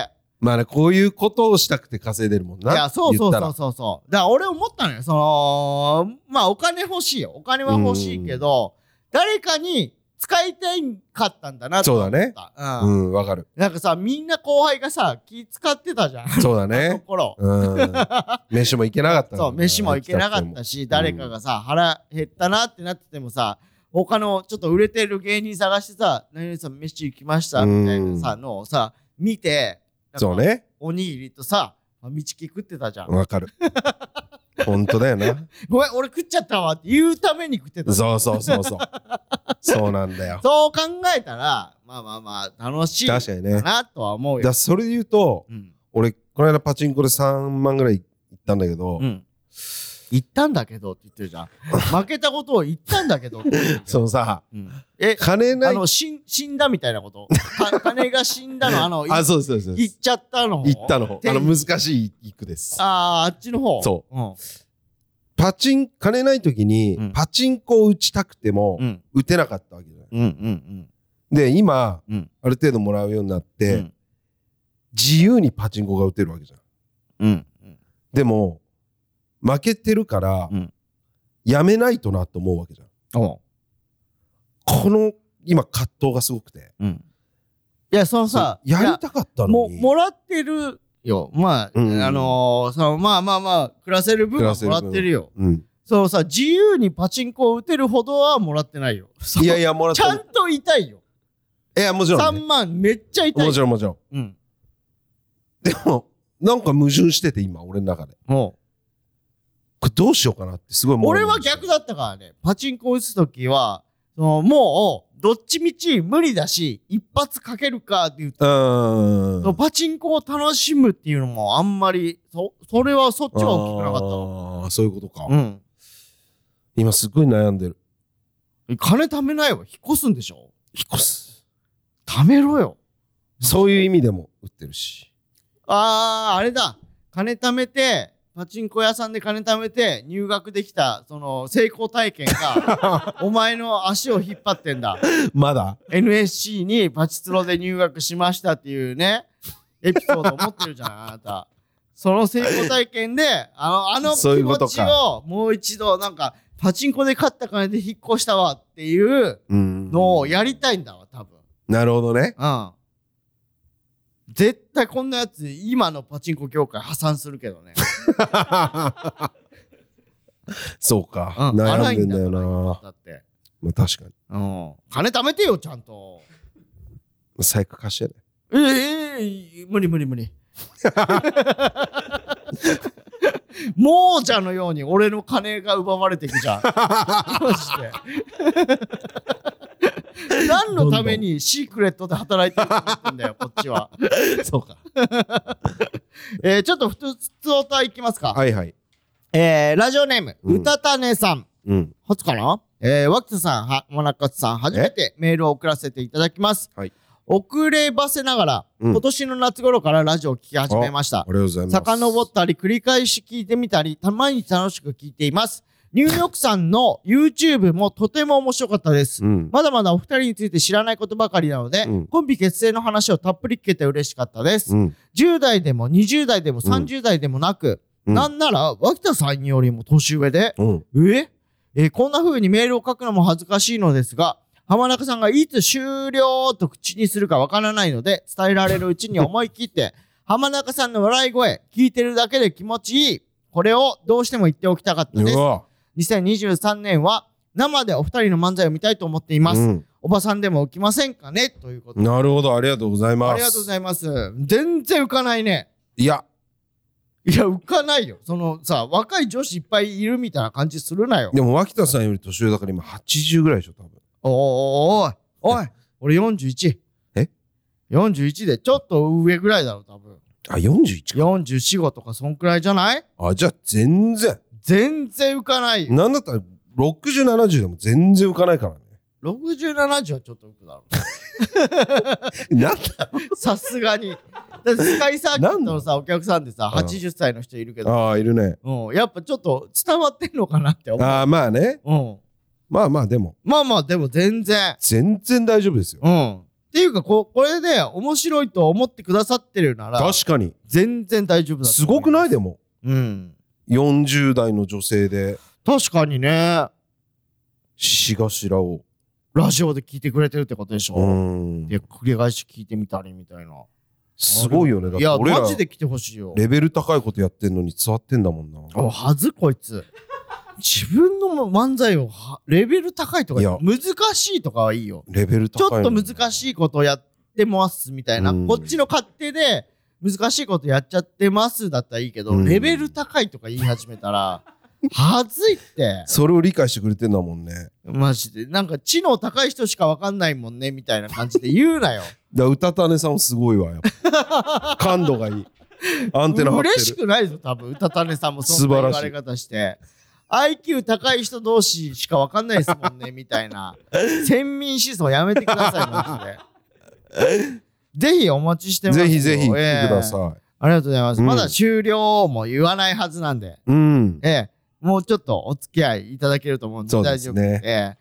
S2: まあね、こういうことをしたくて稼いでるもんな。
S1: いや、そうそうそうそうそう。だから俺思ったのよ。まあお金欲しいよ。お金は欲しいけど、誰かに使いたいかったんだなと思った。
S2: そうだね。わかる。
S1: なんかさ、みんな後輩がさ、気使ってたじゃん。
S2: そうだね。
S1: ところ。
S2: 飯も行けなかった。
S1: そう、飯も行けなかったし、誰かがさ、腹減ったなってなっててもさ、他のちょっと売れてる芸人探してさ、何々さん飯行きましたみたいなさ、のをさ、見て、
S2: そうね。
S1: おにぎりとさ、道聞食ってたじゃん。
S2: わかる。本当だよな。
S1: ごめん、俺食っちゃったわって言うために食ってた。
S2: そう。そうなんだよ。
S1: そう考えたら、まあ、楽しいかなとは思うよ。
S2: それで言うと、俺、この間パチンコで3万ぐらい行ったんだけど、
S1: 言ったんだけどって言ってるじゃん。負けたことを言ったんだけどって言ってる。
S2: そのさ、
S1: 金ない。死んだみたいなこと金が死んだの、
S2: そうです。
S1: 言っちゃったの。
S2: 言ったの方。難しい一句です。
S1: あっちの方。
S2: そう。金ない時に、パチンコを打ちたくても、打てなかったわけじゃない。で、今、ある程度もらうようになって、自由にパチンコが打てるわけじゃん。でも、負けてるから、やめないとなと思うわけじゃん。この今葛藤がすごくて。
S1: いや、そのさ、
S2: やりたかったのに。
S1: もらってるよ。まあ、まあ、暮らせる分はもらってるよ。そうさ、自由にパチンコを打てるほどはもらってないよ。
S2: いや、もらって
S1: ちゃんと痛いよ。
S2: いや、もちろん。
S1: 3万めっちゃ痛い。
S2: もちろん。でも、なんか矛盾してて今、俺の中で。これどうしようかなってすごい。
S1: 俺は逆だったからね。パチンコ打つときは、もう、どっちみち無理だし、一発かけるかって言って、パチンコを楽しむっていうのもあんまり、それはそっちは大きくなかったわ。
S2: そういうことか。今すっごい悩んでる。
S1: 金貯めないわ。引っ越すんでしょ？
S2: 引っ越す。
S1: 貯めろよ。
S2: そういう意味でも売ってるし。
S1: あれだ。金貯めて、パチンコ屋さんで金貯めて入学できた、成功体験が、お前の足を引っ張ってんだ。
S2: まだ
S1: NSC にパチスロで入学しましたっていうね、エピソードを持ってるじゃん、あなた。その成功体験で、あの気持ちをもう一度、なんか、パチンコで勝った金で引っ越したわっていうのをやりたいんだわ、多分。
S2: なるほどね。
S1: 絶対こんなやつ今のパチンコ業界破産するけどね。
S2: そうか、悩んでんだよな。
S1: だって
S2: まあ確か
S1: に、金貯めてよちゃんと。
S2: 最悪貸してね。
S1: 無理亡者のように俺の金が奪われていくじゃん。マジで。何のためにシークレットで働いてると思ってんだよ、こっちは。
S2: そうか。
S1: ちょっと普通オタいきますか。
S2: はいはい。
S1: ラジオネーム、うたたねさん。初かな？脇田さん、浜中さん、初めてメールを送らせていただきます。
S2: はい。
S1: 遅ればせながら、今年の夏頃からラジオを聞き始めました。
S2: ありがとうございます。
S1: 遡ったり、繰り返し聞いてみたり、毎日楽しく聞いています。ニューヨークさんの YouTube もとても面白かったです。まだまだお二人について知らないことばかりなので、コンビ結成の話をたっぷり聞けて嬉しかったです。10代でも20代でも30代でもなく、なんなら脇田さんよりも年上で、こんな風にメールを書くのも恥ずかしいのですが、浜中さんがいつ終了と口にするかわからないので、伝えられるうちに思い切って、浜中さんの笑い声、聞いてるだけで気持ちいい。これをどうしても言っておきたかったです。2023年は生でお二人の漫才を見たいと思っています。おばさんでも浮きませんかねということで。
S2: なるほど、ありがとうございます。
S1: ありがとうございます。全然浮かないね。
S2: いや、
S1: 浮かないよ。若い女子いっぱいいるみたいな感じするなよ。
S2: でも脇田さんより年上だから今80ぐらいでしょ、多分。
S1: おい俺41。41でちょっと上ぐらいだろ、多分。
S2: 41か。
S1: 44、5とかそんくらいじゃない？
S2: じゃあ全然
S1: 浮かないよ。
S2: なんだったら60、70でも全然浮かないからね。
S1: 60、70はちょっと浮くだろ
S2: う。なんだ
S1: さすがに。だってスカイサーキットのさ、お客さんでさ、80歳の人いるけど。
S2: いるね。
S1: やっぱちょっと伝わってんのかなって思う。
S2: まあね。まあでも。
S1: でも全然
S2: 大丈夫ですよ。
S1: っていうかこれで面白いと思ってくださってるなら
S2: 確かに
S1: 全然大丈夫だと思います。
S2: すごくない？でも40代の女性で
S1: 確かにね
S2: しがしらを
S1: ラジオで聞いてくれてるってことでしょ。で繰り返し聞いてみたりみたいな。
S2: すごいよね。だって
S1: 俺らマジで来てほしいよ。
S2: レベル高いことやってんのに伝わってんだもんな。
S1: はずこいつ自分の漫才をレベル高いとか難しいとかはいいよ。
S2: レベル高い、
S1: ちょっと難しいことやってますみたいな、こっちの勝手で難しいことやっちゃってますだったらいいけど、レベル高いとか言い始めたらはずいって。それを理解してくれてんだもんね。マジでなんか知能高い人しか分かんないもんねみたいな感じで言うなよ。
S2: うたたねさんもすごいわやっぱ感度がいい。アンテナ張ってる。
S1: 嬉しくないぞ多分うたたねさんもそんな言われ方して。IQ 高い人同士しか分かんないですもんねみたいな先民思想やめてくださいマジで。ぜひお待ちしてますよ。ぜひぜひ来てください。ありがとうございます。まだ終了も言わないはずなんで、もうちょっとお付き合いいただけると思うんで大丈夫です。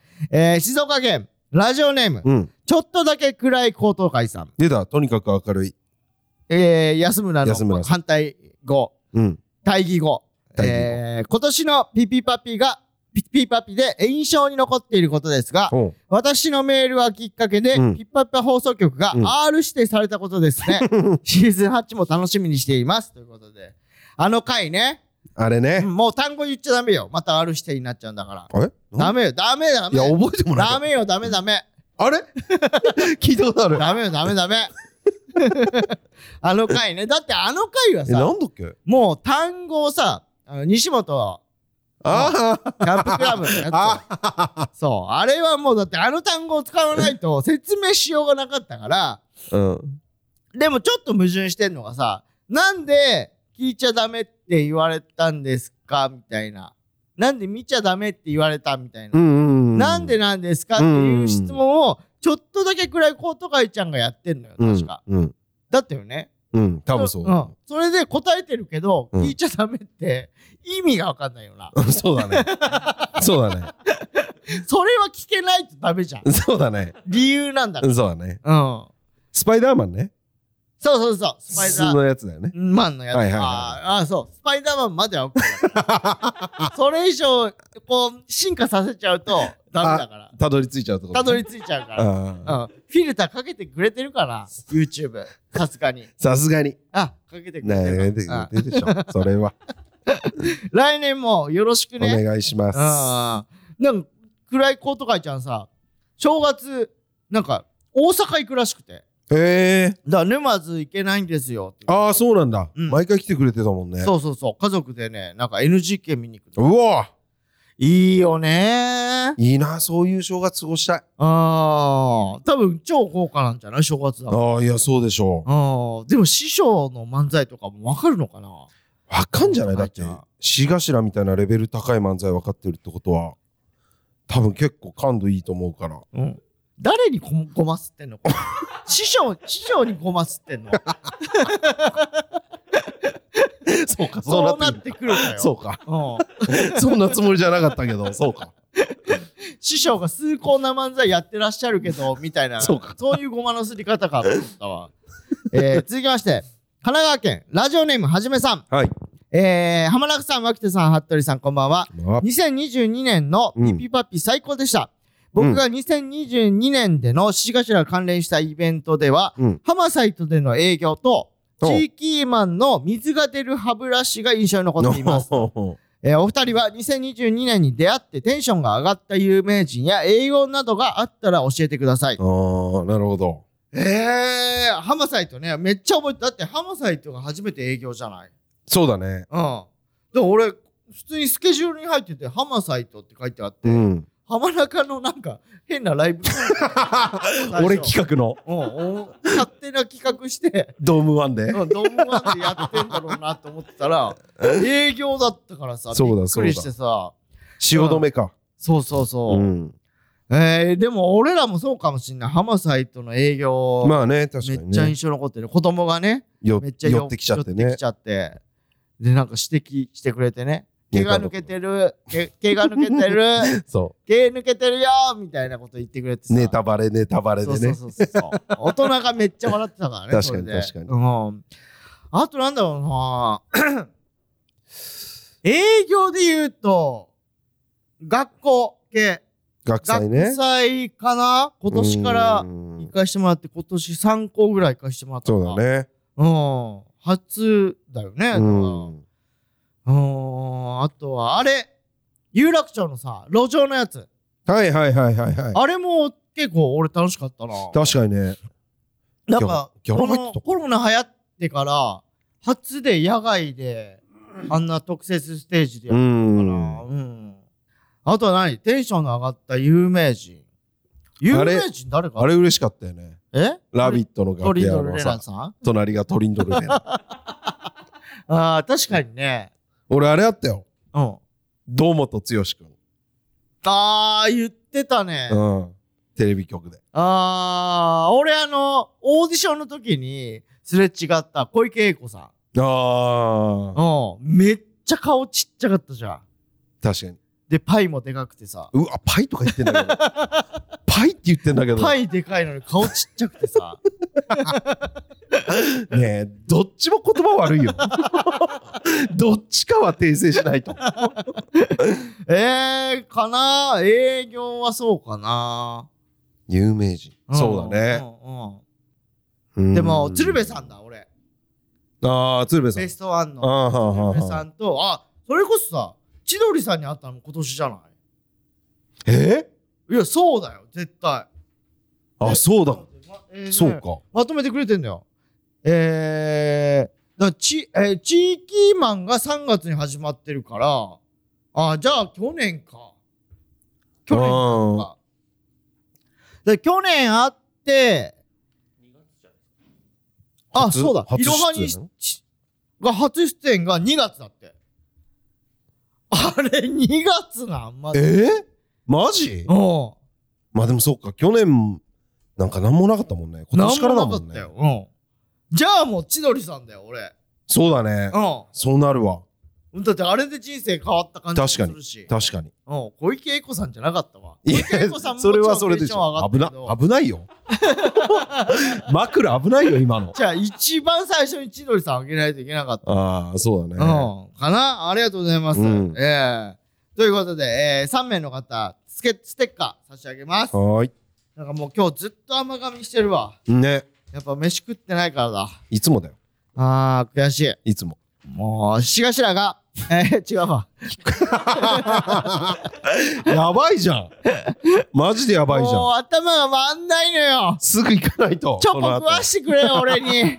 S1: 静岡県ラジオネーム、ちょっとだけ暗い高等会さん。
S2: 出た。とにかく明るい。
S1: 安村の反対語、対義語。今年のピピパピで印象に残っていることですが、私のメールはきっかけで、ピッパッパ放送局が R 指定されたことですね。シーズン8も楽しみにしています。ということで。あの回ね。あれね。もう単語言っちゃダメよ。また R 指定になっちゃうんだから。ダメよ。いや、覚えてもらえ。ダメよ、ダメ。あれ聞いたことある。ダメよ、ダメ。あの回ね。だってあの回はさ、なんだっけ？もう単語をさ、西本キャンプクラブのやつ。そう。あれはもうだってあの単語を使わないと説明しようがなかったから。でもちょっと矛盾してんのがさ、なんで聞いちゃダメって言われたんですかみたいな。なんで見ちゃダメって言われたみたいな。なんでなんですかっていう質問をちょっとだけ暗いコートカイちゃんがやってんのよ。確か。だったよね。多分そう。それで答えてるけど、聞いちゃダメって意味がわかんないよな。そうだね。それは聞けないとダメじゃん。そうだね。理由なんだから。そうだね。スパイダーマンね。そう。スパイダーマンのやつだよね。マンのやつ。そう。スパイダーマンまでは OK だ。それ以上、こう、進化させちゃうとダメだから。たどり着いちゃうとこ。たどり着いちゃうから。フィルターかけてくれてるかな YouTube。さすがに。かけてくれてる。でしょ。それは。来年もよろしくね。お願いします。なんか、暗いコート会ちゃんさ、正月、なんか、大阪行くらしくて。だから沼津行けないんですよ。ああ、そうなんだ。毎回来てくれてたもんね。そう。家族でね、なんか NGK 見に行く。うわいいよね。いいな、そういう正月過ごしたい。多分超豪華なんじゃない正月だ。いや、そうでしょう。でも師匠の漫才とかもわかるのかな。わかんじゃないだって、しがしらみたいなレベル高い漫才わかってるってことは、多分結構感度いいと思うから。誰にごますってんの師匠にごますってんのそうか、そうなってくるかよ。そうか。そんなつもりじゃなかったけど、そうか。師匠が崇高な漫才やってらっしゃるけど、みたいな、そういうごまのすり方かと思ったわ。続きまして、神奈川県、ラジオネームはじめさん。はい。浜中さん、脇手さん、服部さん、こんばんは。2022年のピピパピ最高でした。僕が2022年でのしがしら関連したイベントでは、ハマサイトでの営業と、地域マンの水が出る歯ブラシが印象に残っています。お二人は2022年に出会ってテンションが上がった有名人や営業などがあったら教えてください。なるほど。ハマサイトね、めっちゃ覚えて、だってハマサイトが初めて営業じゃない？そうだね。でも俺、普通にスケジュールに入ってて、ハマサイトって書いてあって、浜中のなんか変なライブ俺企画の勝手な企画してドームワンでドームワンでやってんだろうなと思ってたら営業だったからさびっくりしてさ汐留かそうでも俺らもそうかもしんないハマサイトの営業まあね確かにねめっちゃ印象残ってる子供がねめっちゃ寄ってきちゃってでなんか指摘してくれてね毛が抜けてる毛が抜けてる
S2: そう
S1: 毛抜けてるよみたいなこと言ってくれてさ、
S2: ネタバレでね。
S1: そう大人がめっちゃ笑ってたからね。
S2: 確かに確かに、
S1: あとなんだろうな営業で言うと学校系
S2: 学祭ね。
S1: 学祭かな。今年から行かしてもらって、今年3校ぐらい行かしてもらったから。
S2: そうだね。
S1: 初だよね。あとはあれ有楽町のさ路上のやつ。
S2: はい。
S1: あれも結構俺楽しかったな。
S2: 確かにね。
S1: なんかこのコロナ流行ってから初で野外であんな特設ステージでやったから。あとは何？テンションの上がった有名人。有名人誰か？
S2: あれ嬉しかったよね。ラビットの楽屋のさ、隣がトリンドルレナ。
S1: 確かにね。
S2: 俺あれあったよ。堂本剛君。
S1: 言ってたね。
S2: テレビ局で。
S1: 俺オーディションの時にすれ違った小池栄子さん。めっちゃ顔ちっちゃかったじゃん。
S2: 確かに。
S1: でパイもでかくてさ。
S2: うわパイとか言ってんだけど。パイって言ってんだけど。
S1: パイでかいのに顔ちっちゃくてさ。
S2: ねえどっちも言葉悪いよ。どっちかは訂正しないと。
S1: かな。営業はそうかな。
S2: 有名人。そうだ
S1: ね。でも鶴瓶さんだ俺。
S2: 鶴瓶さん。
S1: ベストワンの鶴瓶さんとそれこそさ千鳥さんに会ったのも今年じゃない？いやそうだよ絶対。
S2: そうだ。そうか。
S1: まとめてくれてんだよ。地域マンが3月に始まってるからじゃあ去年か。去年会ってそうだいろはにが初出演が2月だって。あれ2月なんマジ
S2: マジ？まあでもそうか去年なんか何もなかったもんね。今年からだもんね。
S1: じゃあもう千鳥さんだよ俺。
S2: そうだね。そうなるわ。
S1: だってあれで人生変わった感じするし。
S2: 確かに。
S1: 小池栄子さんじゃなかったわ。
S2: いやそれはそれでしょ。危ないよ。枕危ないよ今の。
S1: じゃあ一番最初に千鳥さんあげないといけなかった。
S2: そうだね。
S1: かな。ありがとうございます。ということで3名の方ステッカー差し上げます。なんかもう今日ずっと甘噛みしてるわ。
S2: ね。
S1: やっぱ飯食ってないからだ。
S2: いつもだよ。
S1: 悔しい。
S2: いつも。
S1: もうしがしらが違うわ。
S2: やばいじゃん。マジでやばいじゃん。
S1: もう頭が回んないのよ。
S2: すぐ行かないと。
S1: チョコ食わしてくれよ俺に。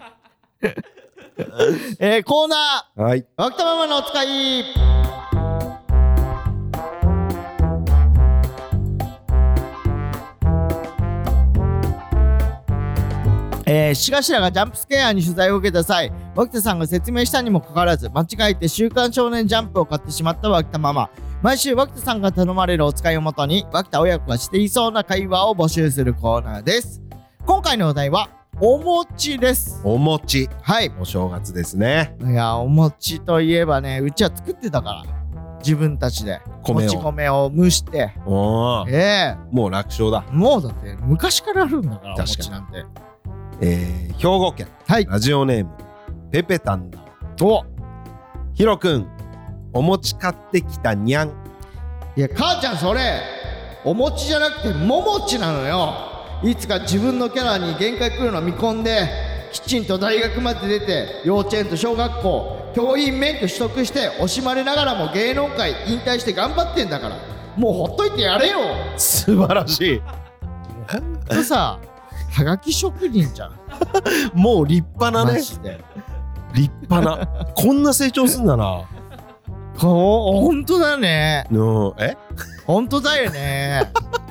S1: コーナー。わきたままのお使い。しがしらがジャンプスケアに取材を受けた際、脇田さんが説明したにもかかわらず間違えて週刊少年ジャンプを買ってしまった脇田ママ。毎週脇田さんが頼まれるお使いをもとに脇田親子がしていそうな会話を募集するコーナーです。今回のお題はお餅です。
S2: お餅。
S1: はい。
S2: お正月ですね。
S1: いやお餅といえばね、うちは作ってたから自分たちでもち米を蒸して。
S2: もう楽勝だ。
S1: もうだって昔からあるんだからお餅なんて。
S2: 兵庫県、ラジオネームペペタンだ。ヒロくんお餅買ってきたにゃん。
S1: いや母ちゃんそれお餅じゃなくてももちなのよ。いつか自分のキャラに限界来るの見込んできちんと大学まで出て幼稚園と小学校教員免許取得して惜しまれながらも芸能界引退して頑張ってんだからもうほっといてやれよ。
S2: 素晴らしい。
S1: ほんとさはがき職人じゃん。
S2: もう立派なね。立派な。こんな成長すんだな。
S1: ほんとだね。
S2: ほ
S1: んとだよね。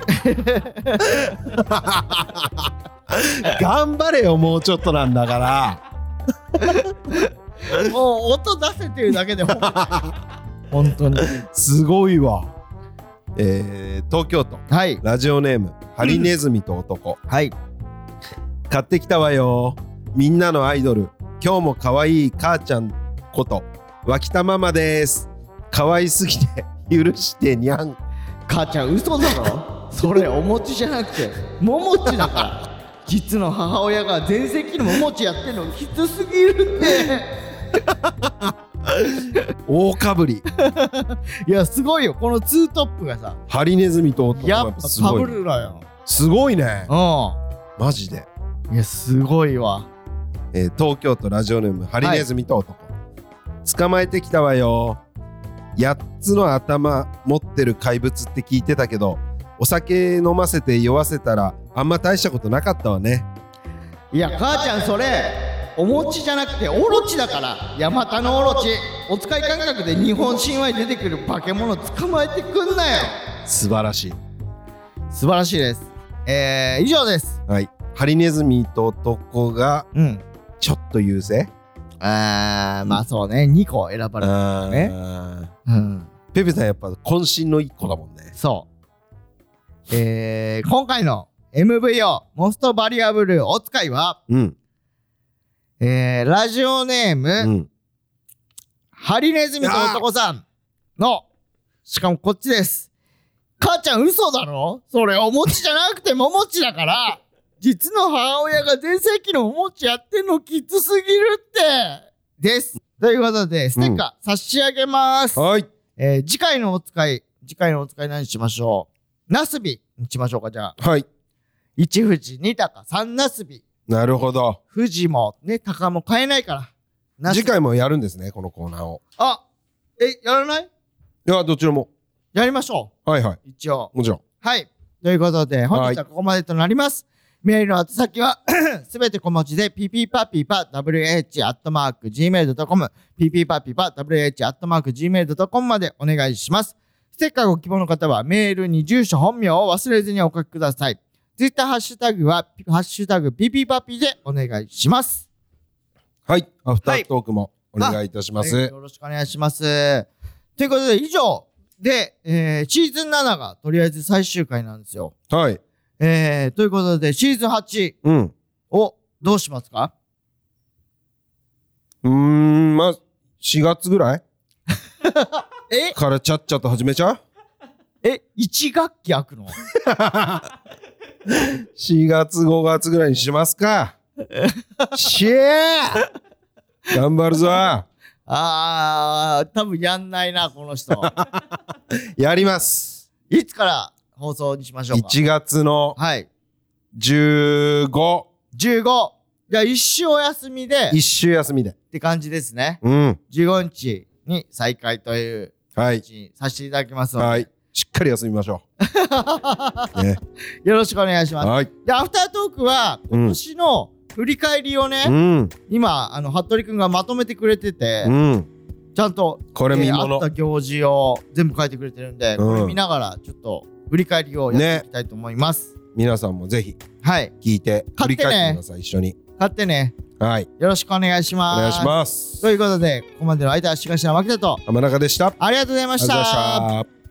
S2: 頑張れよもうちょっとなんだから。
S1: もう音出せてるだけでほんとに
S2: すごいわ。東京都、ラジオネームハリネズミと男。買ってきたわよみんなのアイドル今日も可愛い母ちゃんこと脇田ママです。 可愛すぎて許してにゃん。
S1: 母ちゃん嘘だろ。それお餅じゃなくてももちだから。実の母親が全盛期のももちやってんのきつすぎるって。
S2: 大かぶり。
S1: いやすごいよこのツートップがさ。
S2: ハリネズミと男
S1: やっぱかぶるなよ。
S2: すごいね。
S1: マ
S2: ジで。
S1: いやすごいわ。
S2: 東京都ラジオネームハリネズミと男、捕まえてきたわよ。8つの頭持ってる怪物って聞いてたけど、お酒飲ませて酔わせたらあんま大したことなかったわね。
S1: いや母ちゃんそれお餅じゃなくてオロチだから。ヤマタノオロチ。お使い感覚で日本神話に出てくる化け物捕まえてくんなよ。
S2: 素晴らしい。
S1: 素晴らしいです。以上です。
S2: はい。ハリネズミと男がちょっと優勢。
S1: まあそうね、2個選ばれたね。
S2: ペペさんやっぱ渾身の1個だもんね。
S1: そう。今回の MVO モストバリアブルお使いは、ラジオネーム、ハリネズミと男さんの、しかもこっちです。母ちゃん嘘だろ。それお餅じゃなくてももちだから。実の母親が全盛期のお餅やってんのきつすぎるってです。ということでステッカー差し上げます。
S2: はい。
S1: 次回のお使い何しましょう。ナスビにしましょうか。じゃあ
S2: はい。
S1: 1富士2鷹3ナスビ。
S2: なるほど。
S1: 富士もね鷹も買えないから。
S2: 次回もやるんですねこのコーナーを。
S1: やらない？
S2: いやどちらも
S1: やりましょう。
S2: はいはい。
S1: 一応
S2: もちろん。
S1: はい。ということで本日はここまでとなります。メールの宛先はすべて小文字で pppapipa.wh@gmail.com pppapipa.wh@gmail.com までお願いします。ステッカーご希望の方はメールに住所本名を忘れずにお書きください。ツイッターハッシュタグはハッシュタグピピパピでお願いします。
S2: はい。アフタートークもお願いいたします。
S1: よろしくお願いします。ということで以上で、シーズン7がとりあえず最終回なんですよ。
S2: はい。
S1: ということでシーズン8をどうしますか？
S2: まあ4月ぐらいからちゃっちゃと始めちゃう
S1: ？1学期開くの
S2: ？4月5月ぐらいにしますか。シェー頑張るぞ。
S1: 多分やんないなこの人。
S2: やります。
S1: いつから放送にしましょうか
S2: ？1月の15。
S1: じゃあ1週お休みで
S2: 1週休みで
S1: って感じですね。15日に再開という感じにさせていただきますので、
S2: はい、しっかり休みましょう、ね、
S1: よろしくお願いします。でアフタートークは今年の振り返りをね、今服部くんがまとめてくれてて、ちゃんと
S2: これ
S1: あった行事を全部書いてくれてるんで、これ見ながらちょっと振り返りをやっていきたいと思います。
S2: 皆さんもぜひ
S1: 聞
S2: いて振り返ってください。一緒に
S1: 買ってね。はい。よろしくお願いします。
S2: お願いします。
S1: ということでここまでの相手はしがしら牧田と
S2: 浜中でした。
S1: ありがとうございました。